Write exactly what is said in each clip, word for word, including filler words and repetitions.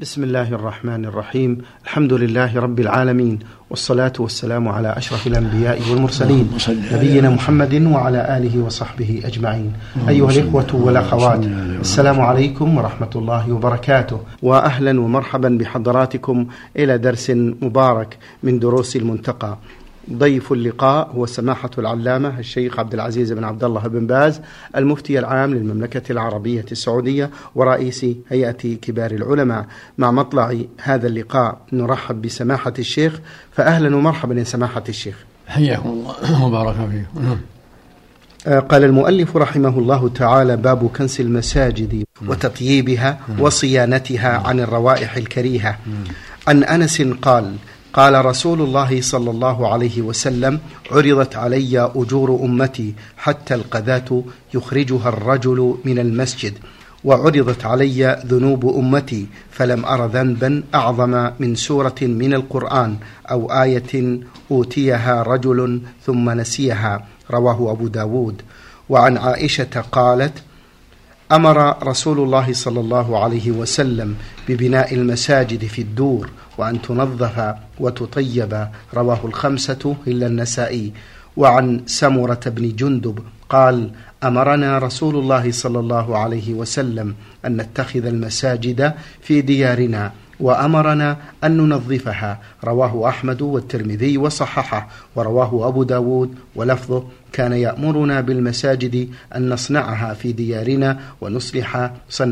بسم الله الرحمن الرحيم. الحمد لله رب العالمين، والصلاة والسلام على أشرف الأنبياء والمرسلين نبينا محمد وعلى آله وصحبه أجمعين. أيها الإخوة والأخوات، السلام عليكم ورحمة الله وبركاته، وأهلا ومرحبا بحضراتكم إلى درس مبارك من دروس المنتقى. ضيف اللقاء هو سماحة العلامة الشيخ عبد العزيز بن عبد الله بن باز، المفتي العام للمملكة العربية السعودية ورئيس هيئة كبار العلماء. مع مطلع هذا اللقاء نرحب بسماحة الشيخ، فأهلا ومرحبا يا سماحة الشيخ. حياكم الله وبارك فيكم. قال المؤلف رحمه الله تعالى: باب كنس المساجد وتطييبها وصيانتها عن الروائح الكريهة. عن أنس قال: قال رسول الله صلى الله عليه وسلم: عرضت علي أجور أمتي حتى القذاة يخرجها الرجل من المسجد، وعرضت علي ذنوب أمتي فلم أر ذنبا أعظم من سورة من القرآن أو آية أوتيها رجل ثم نسيها. رواه أبو داود. وعن عائشة قالت: أمر رسول الله صلى الله عليه وسلم ببناء المساجد في الدور وأن تنظف وتطيب. رواه الخمسة إلا النسائي. وعن سمرة بن جندب قال: أمرنا رسول الله صلى الله عليه وسلم أن نتخذ المساجد في ديارنا، وأمرنا أن ننظفها. رواه أحمد والترمذي وصححه، ورواه أبو داود ولفظه: كان يأمرنا بالمساجد أن نصنعها في ديارنا ونصلح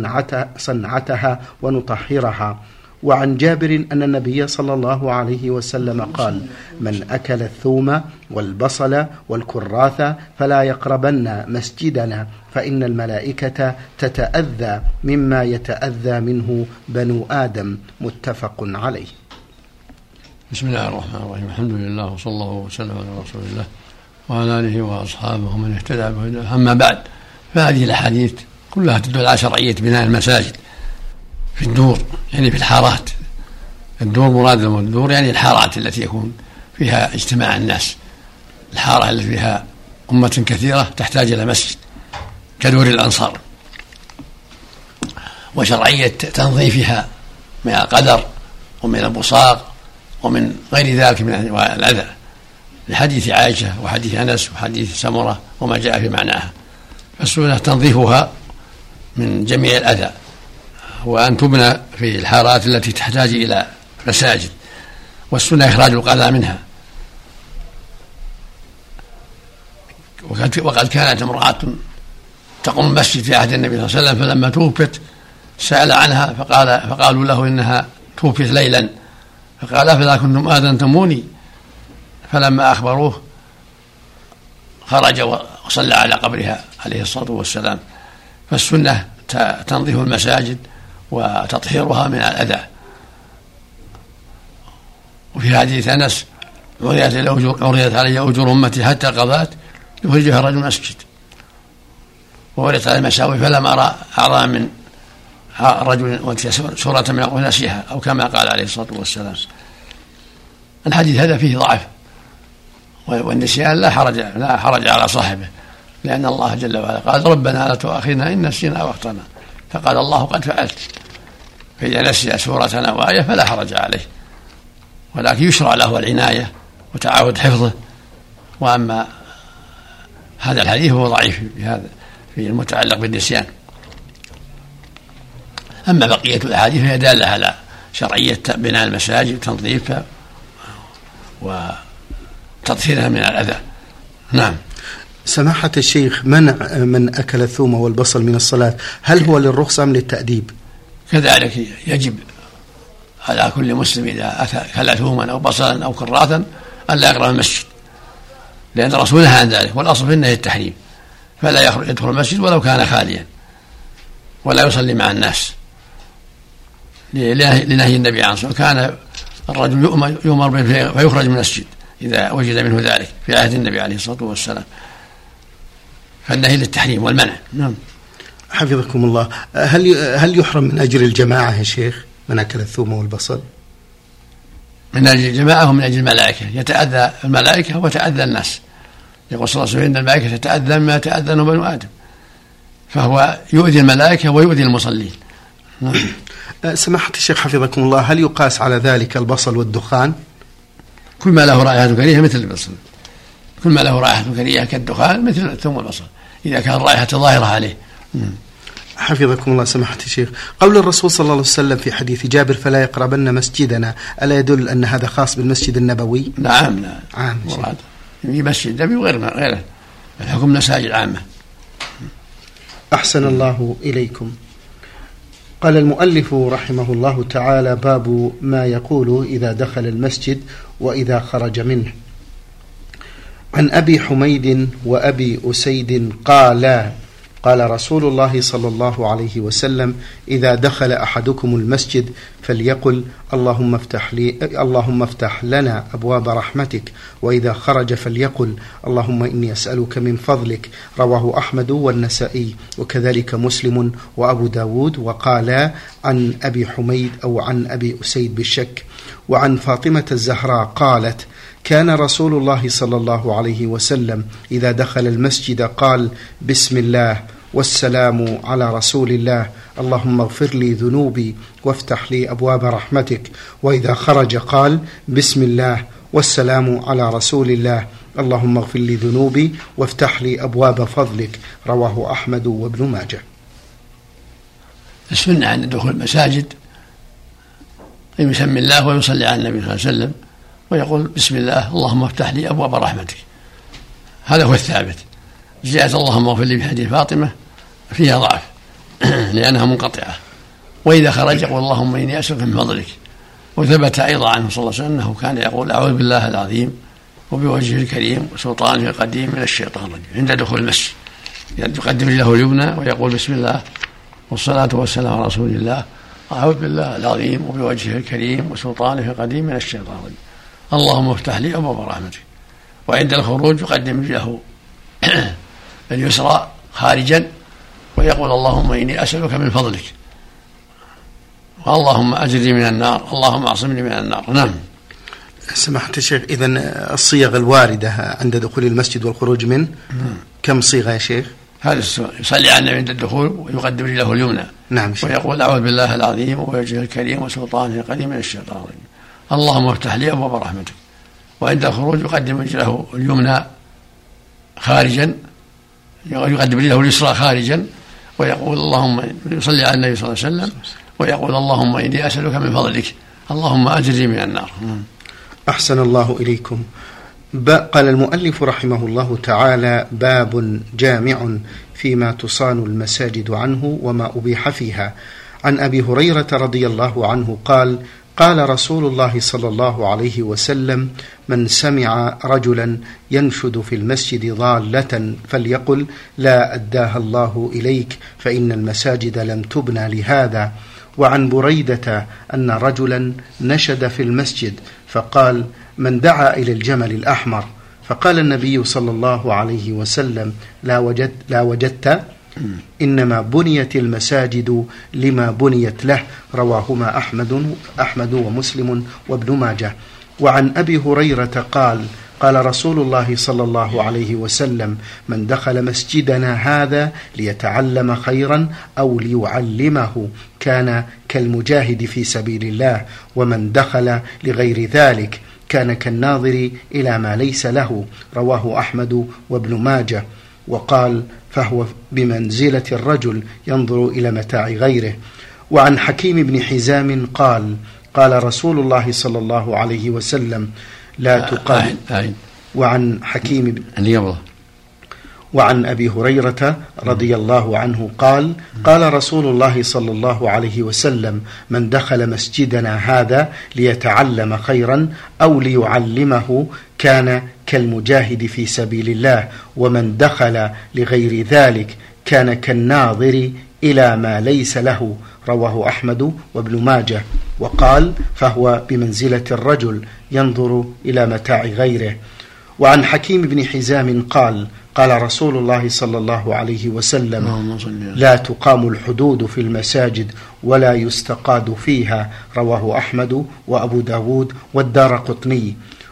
صنعتها ونطهرها. وعن جابر أن النبي صلى الله عليه وسلم قال: من أكل الثوم والبصل والكراث فلا يقربن مسجدنا، فإن الملائكة تتأذى مما يتأذى منه بنو آدم. متفق عليه. بسم الله الرحمن الرحيم. الحمد لله وصلى الله وسلم على رسول الله وعلى آله وأصحابه ومن اهتدى بهداه. أما بعد، فهذه الأحاديث كلها تدل على شرعية بناء المساجد في الدور، يعني في الحارات. الدور مراد الدور يعني الحارات التي يكون فيها اجتماع الناس، الحارة التي فيها أمة كثيرة تحتاج إلى مسجد كدور الأنصار. وشرعية تنظيفها من القدر ومن البصاق ومن غير ذلك من أنواع الأذى، لحديث عائشة وحديث أنس وحديث سمرة وما جاء في معناها. فالسنة تنظيفها من جميع الأذى، وأن تبنى في الحارات التي تحتاج إلى مساجد، والسنة إخراج القذى منها. وقد كانت امرأة تقوم المسجد في عهد النبي صلى الله عليه وسلم، فلما توفت سأل عنها فقال فقالوا له إنها توفت ليلا، فقال: فلا كنتم آذنتموني؟ فلما أخبروه خرج وصلى على قبرها عليه الصلاة والسلام. فالسنة تنظيف المساجد وتطهيرها من الأذى. وفي حديث أنس: عرضت علي أجور أمتي حتى القضاة يخرجها الرجل مسجد، وعرضت على المساوي فلم أرى أعظم من رجل أوتي سورة من القرآن نسيها، أو كما قال عليه الصلاة والسلام. الحديث هذا فيه ضعف، والنسيان لا حرج لا حرج على صاحبه، لأن الله جل وعلا قال: ربنا لا تؤاخذنا إن نسينا أو أخطأنا، فقال الله: قد فعلت. فإذا نسي سورة أو آية فلا حرج عليه، ولكن يشرع له العناية وتعاهد حفظه. وأما هذا الحديث هو ضعيف في هذا في المتعلق بالنسيان. أما بقية الأحاديث فهي دالة على شرعية بناء المساجد وتنظيفها وتطهيرها من الأذى. نعم. سماحة الشيخ، منع من أكل الثوم والبصل من الصلاة هل هو للرخصة أم للتأديب؟ كذلك يجب على كل مسلم إذا أكل ثوما أو بصلا أو كراثا أن لا يقرب المسجد، لأن الرسول نهى عن ذلك، والأصل في النهي التحريم، فلا يدخل المسجد ولو كان خاليا، ولا يصلي مع الناس لنهي النبي عنه. كان الرجل يؤمر به فيخرج من المسجد إذا وجد منه ذلك في عهد النبي عليه الصلاة والسلام، فالنهي للتحريم والمنع. نعم. حفظكم الله. هل هل يحرم من أجل الجماعة يا شيخ من أكل الثوم والبصل؟ من أجل الجماعة ومن أجل الملائكة، يتأذى الملائكة وتأذى الناس. يقول صلى الله عليه وسلم: إن الملائكة تتأذى مما تأذى بنو آدم، فهو يؤذي الملائكة ويؤذي المصلين. سماحة الشيخ حفظكم الله، هل يقاس على ذلك البصل والدخان؟ كل ما له رائحة كريهة مثل البصل، كل ما له رائحة كريهة كالدخان مثل الثوم والبصل إذا كان رائحة ظاهرة عليه. حفظكم الله سماحة الشيخ، قول الرسول صلى الله عليه وسلم في حديث جابر فلا يقربن مسجدنا، ألا يدل أن هذا خاص بالمسجد النبوي؟ نعم نعم عام في مسجد النبي وغير غيره، الحكم مساجد عامة. أحسن الله إليكم. قال المؤلف رحمه الله تعالى: باب ما يقول إذا دخل المسجد وإذا خرج منه. عن أبي حميد وأبي أسيد قالا: قال رسول الله صلى الله عليه وسلم: إذا دخل أحدكم المسجد فليقل اللهم افتح لي اللهم افتح لنا أبواب رحمتك، وإذا خرج فليقل اللهم إني أسألك من فضلك. رواه أحمد والنسائي وكذلك مسلم وأبو داود، وقالا عن أبي حميد أو عن أبي أسيد بالشك. وعن فاطمة الزهراء قالت: كان رسول الله صلى الله عليه وسلم إذا دخل المسجد قال: بسم الله والسلام على رسول الله، اللهم اغفر لي ذنوبي وافتح لي أبواب رحمتك. وإذا خرج قال: بسم الله والسلام على رسول الله، اللهم اغفر لي ذنوبي وافتح لي أبواب فضلك. رواه أحمد وابن ماجه. السنة عند دخول المساجد أن يسمي الله ويصلي على النبي صلى الله عليه وسلم ويقول: بسم الله اللهم افتح لي أبواب رحمتك. هذا هو الثابت. زيادة اللهم اغفر لي بحديث فاطمة فيها ضعف لأنها منقطعة. وإذا خرج يقول: اللهم إني أسألك من فضلك. وثبت أيضا عنه صلى الله عليه وسلم أنه كان يقول: أعوذ بالله العظيم وبوجهه الكريم وسلطانه القديم من الشيطان الرجيم عند دخول المسجد، يقدم له اليمنى ويقول: بسم الله والصلاة والسلام على رسول الله، أعوذ بالله العظيم وبوجهه الكريم وسلطانه القديم من الشيطان الرجيم، اللهم افتح لي أبواب رحمتك. وعند الخروج يقدم له اليسرى خارجا ويقول: اللهم إني أسألك من فضلك، اللهم أجرني من النار، اللهم أعصمني من النار. نعم. سماحة الشيخ، إذن الصيغ الواردة عند دخول المسجد والخروج منه كم صيغة يا شيخ؟ هذا يصلي على النبي عند الدخول ويقدم له اليمنى. نعم شيخ. ويقول: أعوذ بالله العظيم وبوجهه الكريم وسلطانه القديم من الشيطان الرجيم، اللهم افتح لي أبواب رحمتك. وعند الخروج يقدم له اليمنى خارجا، يقدم له اليسرى خارجا ويقول: اللهم، يصلي على النبي صلى الله عليه وسلم ويقول: اللهم إني أسألك من فضلك، اللهم أجرني من النار. أحسن الله إليكم. قال المؤلف رحمه الله تعالى: باب جامع فيما تصان المساجد عنه وما أبيح فيها. عن أبي هريرة رضي الله عنه قال: قال رسول الله صلى الله عليه وسلم: من سمع رجلا ينشد في المسجد ضالة فليقل: لا أداها الله إليك، فإن المساجد لم تبنى لهذا. وعن بريدة أن رجلا نشد في المسجد فقال: من دعا إلى الجمل الأحمر، فقال النبي صلى الله عليه وسلم: لا وجدت, لا وجدت إنما بنيت المساجد لما بنيت له. رواهما أحمد, أحمد ومسلم وابن ماجه. وعن أبي هريرة قال: قال رسول الله صلى الله عليه وسلم: من دخل مسجدنا هذا ليتعلم خيرا أو ليعلمه كان كالمجاهد في سبيل الله، ومن دخل لغير ذلك كان كالناظر إلى ما ليس له. رواه أحمد وابن ماجه. وقال: فهو بمنزلة الرجل ينظر إلى متاع غيره. وعن حكيم بن حزام قال: قال رسول الله صلى الله عليه وسلم: لا تقام. وعن حكيم بن وعن أبي هريرة رضي الله عنه قال: قال رسول الله صلى الله عليه وسلم: من دخل مسجدنا هذا ليتعلم خيرا أو ليعلمه كان كالمجاهد في سبيل الله، ومن دخل لغير ذلك كان كالناظر إلى ما ليس له. رواه أحمد وابن ماجه. وقال: فهو بمنزلة الرجل ينظر إلى متاع غيره. وعن حكيم بن حزام قال: قال رسول الله صلى الله عليه وسلم: لا تقام الحدود في المساجد ولا يستقاد فيها. رواه أحمد وأبو داود والدارقطني.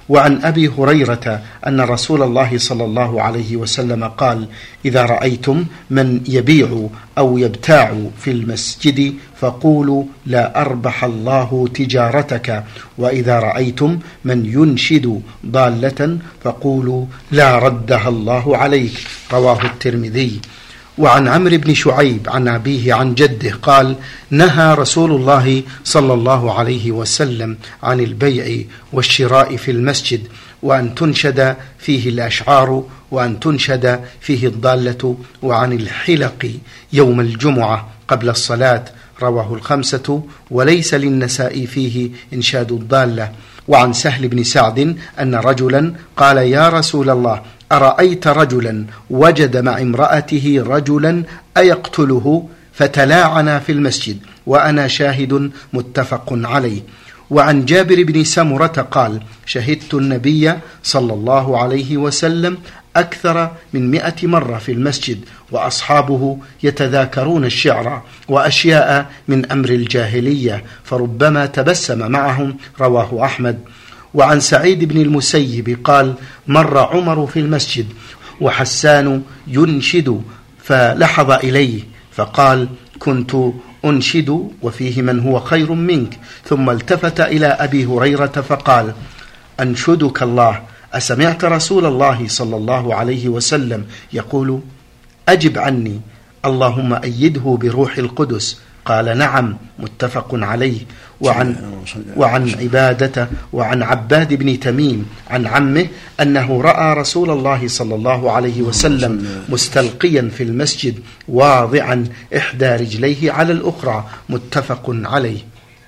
وعن أبي هريرة أن رسول الله صلى الله عليه وسلم قال: إذا رأيتم من يبيع أو يبتاع في المسجد فقولوا لا أربح الله تجارتك، وإذا رأيتم من ينشد ضالة فقولوا لا ردها الله عليك. رواه الترمذي. وعن عمرو بن شعيب عن أبيه عن جده قال: نهى رسول الله صلى الله عليه وسلم عن البيع والشراء في المسجد، وأن تنشد فيه الأشعار، وأن تنشد فيه الضالة، وعن الحلق يوم الجمعة قبل الصلاة. رواه الخمسة، وليس للنساء فيه إنشاد الضالة. وعن سهل بن سعد أن رجلا قال: يا رسول الله، أرأيت رجلا وجد مع امرأته رجلا أيقتله؟ فتلاعنا في المسجد وأنا شاهد، متفق عليه. وعن جابر بن سمرة قال: شهدت النبي صلى الله عليه وسلم أكثر من مئة مرة في المسجد، وأصحابه يتذاكرون الشعر وأشياء من أمر الجاهلية، فربما تبسم معهم. رواه أحمد. وعن سعيد بن المسيب قال: مر عمر في المسجد وحسان ينشد فلحظ إليه فقال: كنت أنشد وفيه من هو خير منك. ثم التفت إلى أبي هريرة فقال: أنشدك الله، أسمعت رسول الله صلى الله عليه وسلم يقول: أجب عني، اللهم أيده بروح القدس؟ قال: نعم، متفق عليه. وعن, وعن عبادة وعن عباد بن تميم عن عمه أنه رأى رسول الله صلى الله عليه وسلم مستلقيا في المسجد واضعا إحدى رجليه على الأخرى، متفق عليه.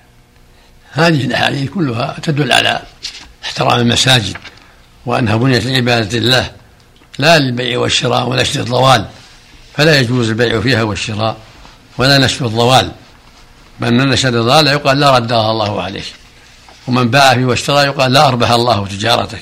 هذه الأحاديث كلها تدل على احترام المساجد، وأنها بنيت لعبادة الله لا للبيع والشراء ونشر الضوال، فلا يجوز البيع فيها والشراء ولا نشر الضوال، بل من نشر الضال يقال لا ردها الله عليك، ومن باع فيه واشترى يقال لا أربح الله تجارتك.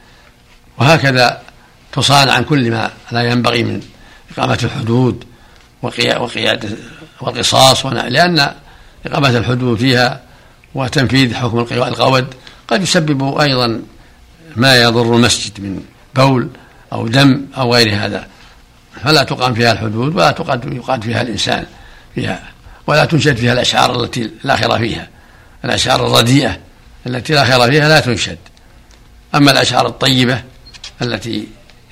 وهكذا تصان عن كل ما لا ينبغي من إقامة الحدود وقيادة والقصاص، لأن إقامة الحدود فيها وتنفيذ حكم القود قد يسبب أيضا ما يضر المسجد من بول أو دم أو غير هذا، فلا تقام فيها الحدود ولا يقاد فيها الإنسان فيها، ولا تنشد فيها الأشعار التي لا خير فيها، الأشعار الرديئة التي لا خير فيها لا تنشد. أما الأشعار الطيبة التي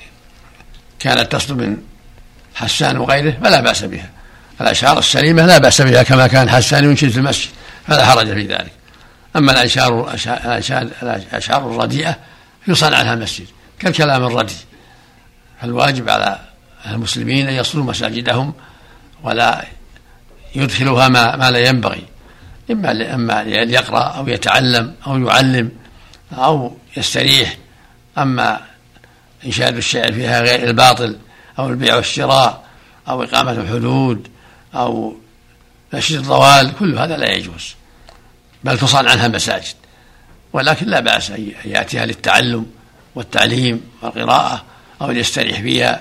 كانت تصدر من حسان وغيره فلا بأس بها، الأشعار السليمة لا بأس بها كما كان حسان ينشد في المسجد، فلا حرج في ذلك. أما الأشعار الأشعار الرديئة يصان عنها المسجد كالكلام الردي، فالواجب على المسلمين أن يصلوا مساجدهم ولا يدخلها ما, ما لا ينبغي، إما أما ليقرأ أو يتعلم أو يعلم أو يستريح. أما إنشاد الشعر فيها غير الباطل أو البيع والشراء أو إقامة الحدود أو نشر الضوال، كل هذا لا يجوز، بل تصان عنها المساجد. ولكن لا بأس أن يأتيها للتعلم والتعليم والقراءة أو ليستريح فيها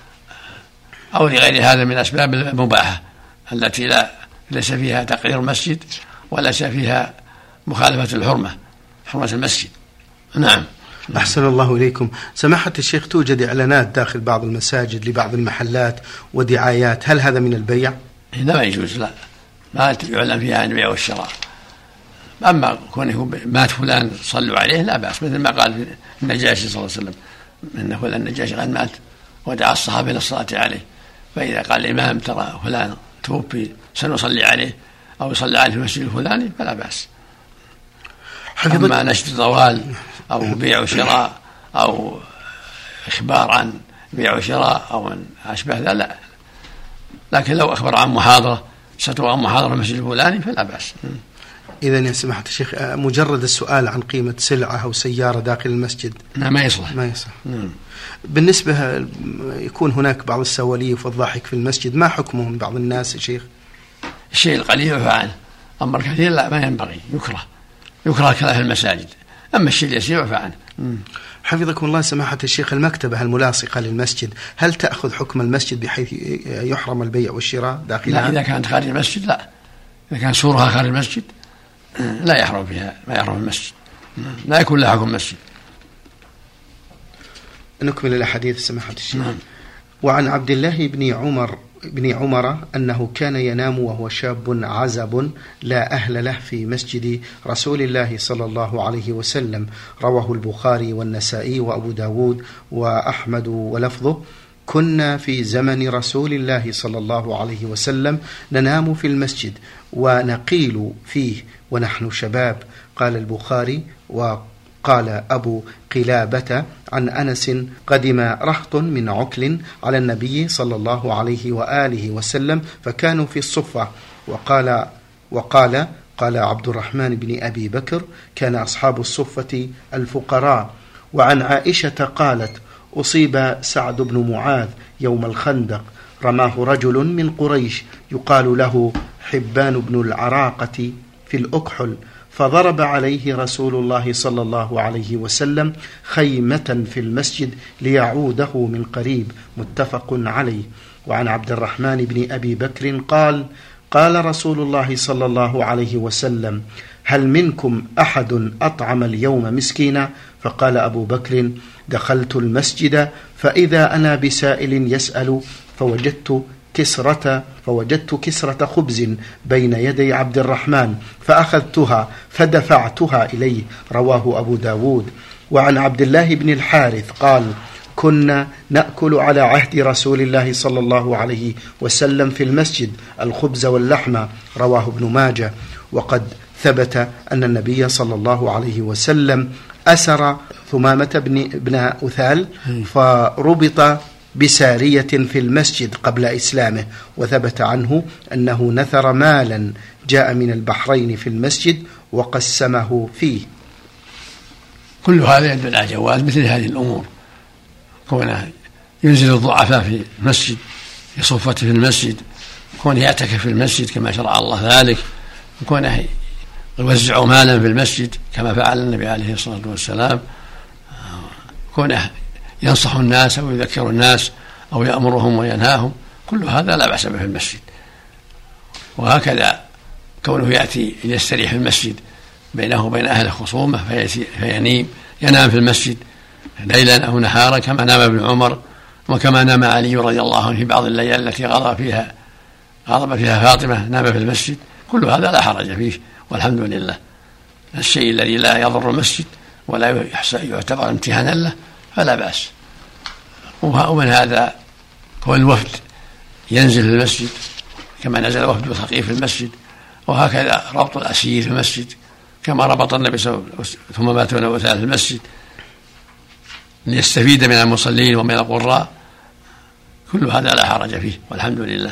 أو لغير هذا من أسباب المباحة التي لا ليس فيها تقرير المسجد وليس فيها مخالفة الحرمة حرمة المسجد. نعم. أحسن الله إليكم. سماحة الشيخ، توجد إعلانات داخل بعض المساجد لبعض المحلات ودعايات، هل هذا من البيع؟ لا، ما يجوز، لا ما يعلن فيها عن البيع والشراء. أما كونه مات فلان صلوا عليه لا بأس، مثل ما قال النجاشي صلى الله عليه وسلم إن فلان النجاشي قد مات ودعا الصحابة إلى الصلاة عليه، فإذا قال الإمام ترى فلان توفي سنصلي عليه أو يصلي عليه في المسجد الفلاني فلا بأس. أما نشر ضوال أو بيع وشراء أو إخبار عن بيع وشراء أو من أشبه ذلك لا، لكن لو أخبر عن محاضرة ستقام محاضرة في المسجد الفلاني فلا بأس. إذن يا سماحة الشيخ، مجرد السؤال عن قيمة سلعة أو سيارة داخل المسجد ما يصلح ما يصلح. بالنسبة يكون هناك بعض السواليف والضحك في المسجد، ما حكمه من بعض الناس يا شيخ؟ الشيء القليل يعفى عنه، أما الكثير لا، ما ينبغي، يكره يكره كلام في المساجد، أما الشيء اليسير يعفى عنه. حفظكم الله سماحة الشيخ، المكتبة الملاصقة للمسجد هل تأخذ حكم المسجد بحيث يحرم البيع والشراء داخلها؟ لا، إذا كانت خارج المسجد لا، إذا كان سورها خارج المسجد لا يحرم فيها، ما يحرم المسجد، لا يكون لها حكم المسجد. نكمل الأحاديث سماحة الشيخ. وعن عبد الله بن عمر بن عمر أنه كان ينام وهو شاب عزب لا أهل له في مسجد رسول الله صلى الله عليه وسلم. رواه البخاري والنسائي وأبو داود وأحمد ولفظه: كنا في زمن رسول الله صلى الله عليه وسلم ننام في المسجد ونقيل فيه ونحن شباب. قال البخاري: وقال أبو قلابة عن أنس: قدم رهط من عكل على النبي صلى الله عليه وآله وسلم فكانوا في الصفة. وقال وقال قال عبد الرحمن بن أبي بكر: كان أصحاب الصفة الفقراء. وعن عائشة قالت: أصيب سعد بن معاذ يوم الخندق، رماه رجل من قريش يقال له حبان بن العراقة في الأكحل، فضرب عليه رسول الله صلى الله عليه وسلم خيمة في المسجد ليعوده من قريب. متفق عليه. وعن عبد الرحمن بن أبي بكر قال: قال رسول الله صلى الله عليه وسلم: هل منكم أحد أطعم اليوم مسكينا؟ فقال أبو بكر: دخلت المسجد فإذا أنا بسائل يسأل فوجدت كسرة فوجدت كسرة خبز بين يدي عبد الرحمن فأخذتها فدفعتها إليه. رواه أبو داود. وعن عبد الله بن الحارث قال: كنا نأكل على عهد رسول الله صلى الله عليه وسلم في المسجد الخبز واللحم. رواه ابن ماجه. وقد ثبت أن النبي صلى الله عليه وسلم أسر ثمامة بن, بن أثال فربط بسارية في المسجد قبل إسلامه. وثبت عنه أنه نثر مالا جاء من البحرين في المسجد وقسمه فيه. كل هذا يدل على جواز مثل هذه الأمور، كونه ينزل الضعفاء في المسجد، في صفته في المسجد، كونه يعتكف في المسجد كما شرع الله ذلك، كونه يوزع مالا في المسجد كما فعل النبي عليه الصلاة والسلام، كونه ينصح الناس أو يذكر الناس أو يأمرهم وينهاهم، كل هذا لا بأس به في المسجد. وهكذا كونه يأتي يستريح في المسجد بينه وبين أهل خصومة فينيم ينام في المسجد ليلا أو نهارا كما نام ابن عمر وكما نام علي رضي الله عنه في بعض الليالي التي غضب فيها غضب فيها فاطمة نام في المسجد، كل هذا لا حرج فيه والحمد لله. الشيء الذي لا يضر المسجد ولا يعتبر امتهانا له فلا بأس. ومن هذا كون الوفد ينزل في المسجد كما نزل وفد ثقيف في المسجد، وهكذا ربط الأسير في المسجد كما ربط النبي صلى الله عليه وسلم ثم مات وثال في المسجد ليستفيد من المصلين ومن القراء، كل هذا لا حرج فيه والحمد لله.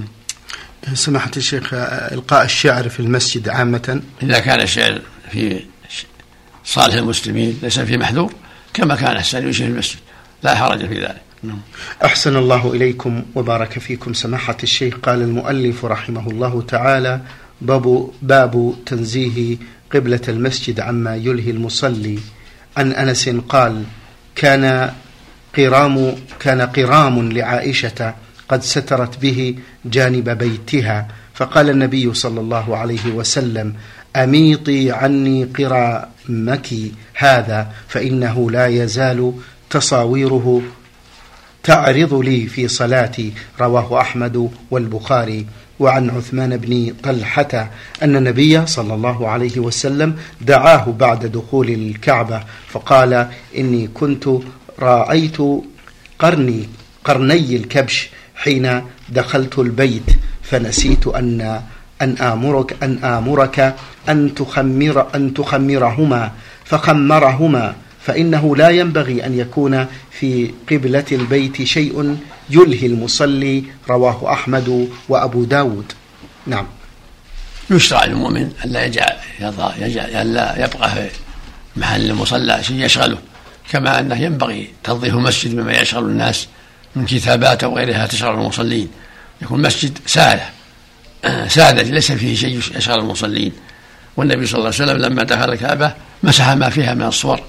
سماحة الشيخ، إلقاء الشعر في المسجد عامة إذا كان الشعر في صالح المسلمين ليس فيه محذور كما كان السن يشير في المسجد لا حرج في ذلك. أحسن الله إليكم وبارك فيكم سماحة الشيخ. قال المؤلف رحمه الله تعالى: باب, باب تنزيه قبلة المسجد عما يلهي المصلي. عن أنس قال: كان قرام كان قرام لعائشة قد سترت به جانب بيتها، فقال النبي صلى الله عليه وسلم: أميطي عني قرامك هذا فإنه لا يزال تصاويره تعرض لي في صلاتي. رواه أحمد والبخاري. وعن عثمان بن طلحة أن النبي صلى الله عليه وسلم دعاه بعد دخول الكعبة فقال: إني كنت رأيت قرني قرني الكبش حين دخلت البيت فنسيت أن أن آمرك أن آمرك أن تخمر أن تخمرهما فخمرهما، فإنه لا ينبغي أن يكون في قبلة البيت شيء يلهي المصلي. رواه أحمد وأبو داود. نعم. يشرع للمؤمن ألا يجعل يجعل لا يبقى في محل المصلى شيء يشغله، كما أنه ينبغي تنظيف المسجد مما يشغل الناس من كتابات أو غيرها تشغل المصلين، يكون مسجد سادة سادة ليس فيه شيء يشغل المصلين. والنبي صلى الله عليه وسلم لما دخل الكعبة مسح ما فيها من الصور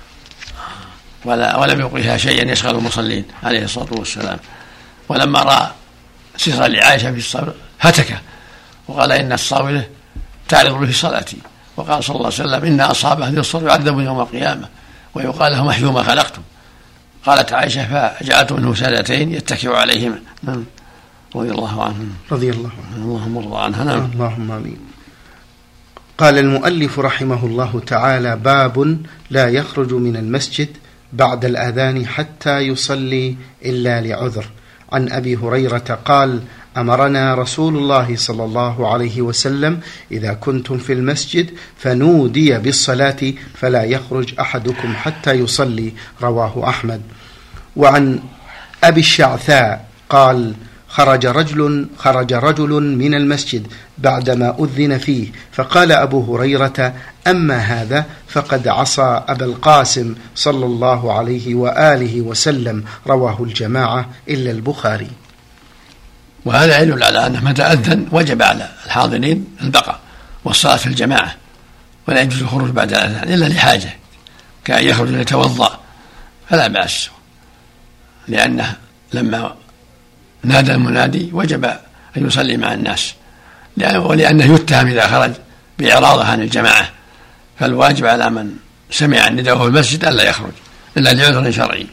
ولا ولم يبقيها شيئا يشغل المصلين عليه الصلاة والسلام. ولما رأى سترا لعائشة في الصلاة هتك وقال: إن الصاولة تعرض في صلاتي. وقال صلى الله عليه وسلم: إن أصحاب هذه الصور يعذبون يوم القيامة ويقال لهم: أحيوا ما خلقتم. قالت عائشة فجعلت منه سادتين يتكئ عليهما. نعم رضي الله عنه. رضي الله عنه. اللهم ارضى عنها. نعم. اللهم آمين. قال المؤلف رحمه الله تعالى: باب لا يخرج من المسجد بعد الأذان حتى يصلي إلا لعذر. عن أبي هريرة قال: أمرنا رسول الله صلى الله عليه وسلم إذا كنتم في المسجد فنودي بالصلاة فلا يخرج أحدكم حتى يصلي. رواه أحمد. وعن أبي الشعثاء قال: خرج رجل خرج رجل من المسجد بعدما أذن فيه فقال أبو هريرة: أما هذا فقد عصى أبا القاسم صلى الله عليه وآله وسلم. رواه الجماعة إلا البخاري. وهذا يدل على أنه متى أذن وجب على الحاضرين البقاء والصلاة في الجماعة، ولا يجوز الخروج بعد الأذان إلا لحاجة كأن يخرج ليتوضأ فلا بأس، لأنه لما نادى المنادي وجب أن يصلي مع الناس، ولأنه يتهم إذا خرج بإعراضه عن الجماعة، فالواجب على من سمع النداء في المسجد ألا يخرج إلا لعذر شرعي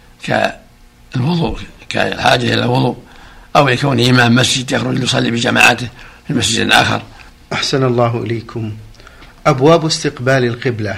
كالوضوء، كالحاجة إلى الوضوء، أو لكونه إمام مسجد يخرج يصلي بجماعته في مسجد آخر. أحسن الله إليكم. أبواب استقبال القبلة.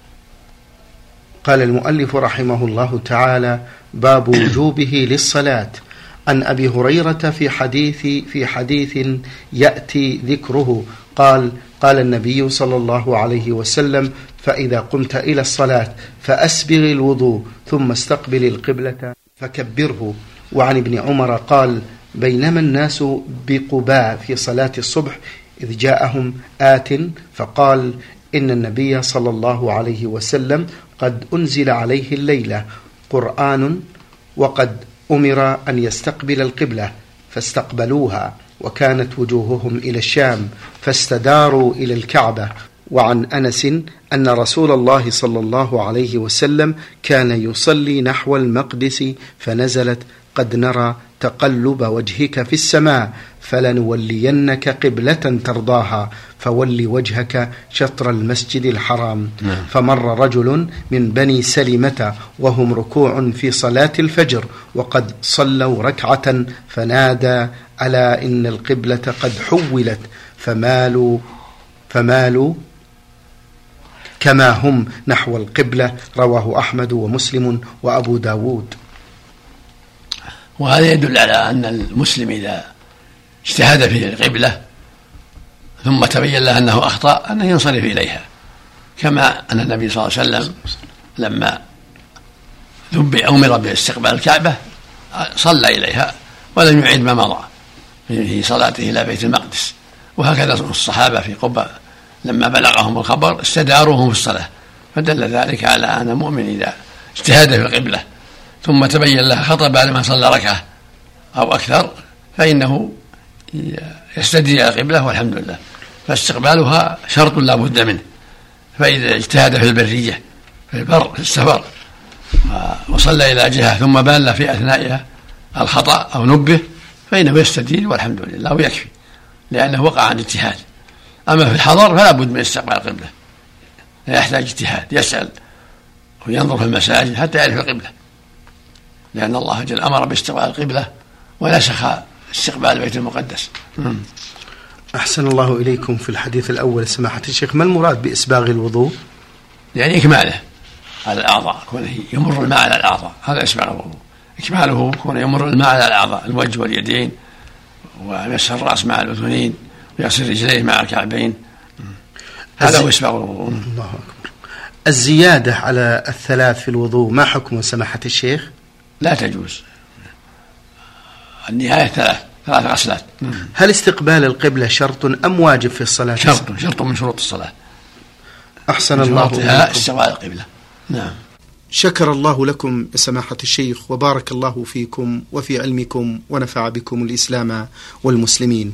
قال المؤلف رحمه الله تعالى: باب وجوبه للصلاة. عن أبي هريرة في حديث في حديث يأتي ذكره قال: قال النبي صلى الله عليه وسلم: فإذا قمت إلى الصلاة فأسبغ الوضوء ثم استقبل القبلة فكبره. وعن ابن عمر قال: بينما الناس بقباء في صلاة الصبح إذ جاءهم آت فقال: إن النبي صلى الله عليه وسلم قد أنزل عليه الليلة قرآن وقد أمر أن يستقبل القبلة، فاستقبلوها، وكانت وجوههم إلى الشام فاستداروا إلى الكعبة. وعن أنس أن رسول الله صلى الله عليه وسلم كان يصلي نحو المقدس فنزلت: قد نرى تقلب وجهك في السماء فلنولينك قبلة ترضاها فول وجهك شطر المسجد الحرام. فمر رجل من بني سلمة وهم ركوع في صلاة الفجر وقد صلوا ركعة فنادى: ألا إن القبلة قد حولت، فمالوا فمالوا كما هم نحو القبلة. رواه أحمد ومسلم وأبو داود. وهذا يدل على أن المسلم إذا اجتهد في القبلة ثم تبين له أنه أخطأ أنه ينصرف إليها، كما أن النبي صلى الله عليه وسلم لما ذب أمر باستقبال الكعبة صلى إليها ولم يعيد ما مضى في صلاته إلى بيت المقدس. وهكذا الصحابة في قباء لما بلغهم الخبر استداروهم في الصلاة، فدل ذلك على أن المؤمن إذا اجتهد في القبلة ثم تبين له خطأ بعد ما صلى ركعة أو أكثر فإنه يستدري على القبلة والحمد لله، فاستقبالها شرط لا بد منه. فإذا اجتهد في البرية في البر في السفر وصلى إلى جهة ثم بان له في أثنائها الخطأ أو نبه فإنه يستدري والحمد لله ويكفي، لأنه وقع عن اجتهاد. أما في الحضر فلا بد من استقبال القبلة، لا يحتاج اجتهاد، يسأل وينظر في المساجد حتى يعرف القبلة، لأن الله جل أمر باستقبال القبلة ونسخ استقبال بيت المقدس. أحسن الله إليكم. في الحديث الأول سماحة الشيخ ما المراد بإسباغ الوضوء؟ يعني إكماله على الأعضاء، كونه يمر الماء على الأعضاء، هذا إسباغ الوضوء. إكماله كونه يمر الماء على الأعضاء، الوجه واليدين، ويمسح الرأس مع الأذنين، ويغسل رجليه مع الكعبين، هذا هو إسباغ الوضوء. الله أكبر. الزيادة على الثلاث في الوضوء ما حكم سماحة الشيخ؟ لا تجوز، النهاية ثلاث ثلاث غسلات. هل استقبال القبلة شرط أم واجب في الصلاة؟ شرط شرط من شروط الصلاة. أحسن الله إليكم. استقبال القبلة. نعم. شكر الله لكم سماحة الشيخ وبارك الله فيكم وفي علمكم ونفع بكم الإسلام والمسلمين.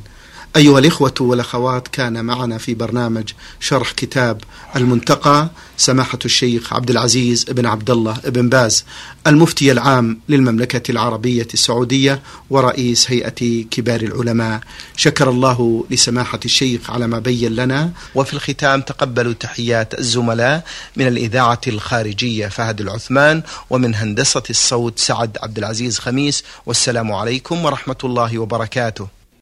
أيها الإخوة والأخوات، كان معنا في برنامج شرح كتاب المنتقى سماحة الشيخ عبد العزيز بن عبد الله بن باز، المفتي العام للمملكة العربية السعودية ورئيس هيئة كبار العلماء. شكر الله لسماحة الشيخ على ما بين لنا. وفي الختام تقبلوا تحيات الزملاء من الإذاعة الخارجية فهد العثمان، ومن هندسة الصوت سعد عبد العزيز خميس، والسلام عليكم ورحمة الله وبركاته.